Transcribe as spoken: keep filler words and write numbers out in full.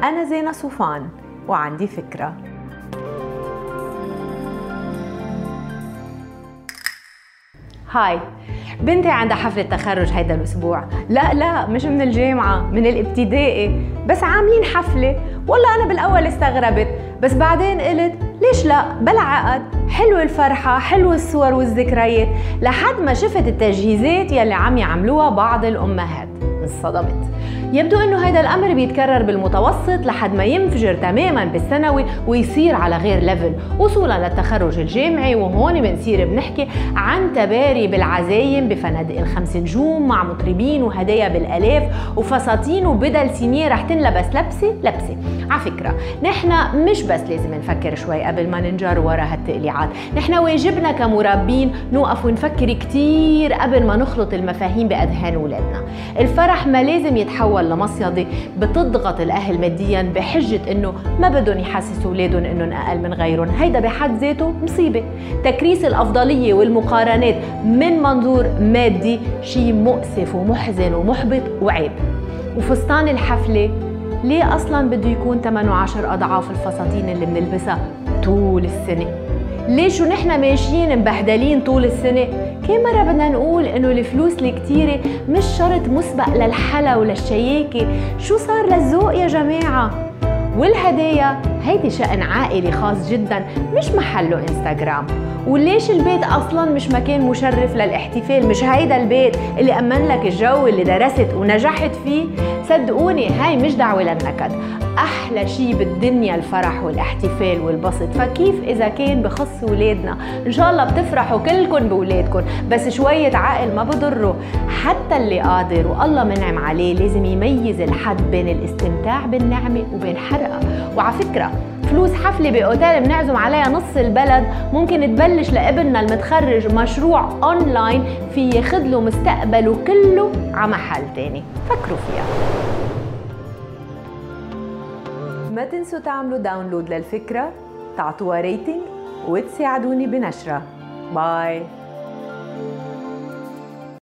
أنا زينة صوفان وعندي فكرة. هاي، بنتي عندها حفلة تخرج هيدا الأسبوع. لا لا مش من الجامعة، من الابتدائي، بس عاملين حفلة. والله أنا بالأول استغربت، بس بعدين قلت ليش لا، بلا عقد، حلوة الفرحة، حلوة الصور والذكريات، لحد ما شفت التجهيزات يلي عم يعملوها بعض الأمهات انصدمت. يبدو انه هيدا الامر بيتكرر بالمتوسط لحد ما ينفجر تماما بالثانوي ويصير على غير ليفل وصولا للتخرج الجامعي، وهون بنصير بنحكي عن تباري بالعزايم بفنادق الخمس نجوم مع مطربين وهدايا بالالاف وفساتين وبدل سينيه رح تنلبس لبسه لبسه. على فكره نحن مش بس لازم نفكر شوي قبل ما ننجر ورا هالتقليعات، نحن واجبنا كمربين نوقف ونفكر كتير قبل ما نخلط المفاهيم باذهان اولادنا. الفرح ما لازم يتحول لمصيدة بتضغط الأهل مادياً بحجة إنه ما بدهم يحسسوا أولادهم إنهم أقل من غيرهم. هيدا بحد ذاته مصيبة. تكريس الأفضلية والمقارنات من منظور مادي شيء مؤسف ومحزن ومحبط وعيب. وفستان الحفلة ليه أصلاً بده يكون ثمنه عشر أضعاف الفساتين اللي بنلبسها طول السنة؟ ليش ونحن ماشيين مبهدلين طول السنة؟ كم مرة بدنا نقول إنه الفلوس الكتيرة مش شرط مسبق للحلا وللشياكة، شو صار للذوق يا جماعة؟ والهدايا هيدي شأن عائلي خاص جدا، مش محله انستغرام. وليش البيت اصلا مش مكان مشرف للاحتفال؟ مش هيدا البيت اللي امن لك الجو اللي درست ونجحت فيه؟ صدقوني هاي مش دعوة للنكد، احلى شي بالدنيا الفرح والاحتفال والبسط. فكيف اذا كان بخص ولادنا؟ ان شاء الله بتفرحوا كلكن بولادكن، بس شوية عقل ما بضره. حتى اللي قادر والله منعم عليه لازم يميز الحد بين الاستمتاع بالنعمة وبين حرقها. وعلى فكرة فلوس حفلة بأوتيل بنعزم عليها نص البلد ممكن تبلش لابننا المتخرج مشروع اونلاين في ياخد له مستقبله كله على محل تاني. فكروا فيها. ما تنسوا تعملوا داونلود للفكرة، تعطوها ريتنج وتساعدوني بنشرها. باي.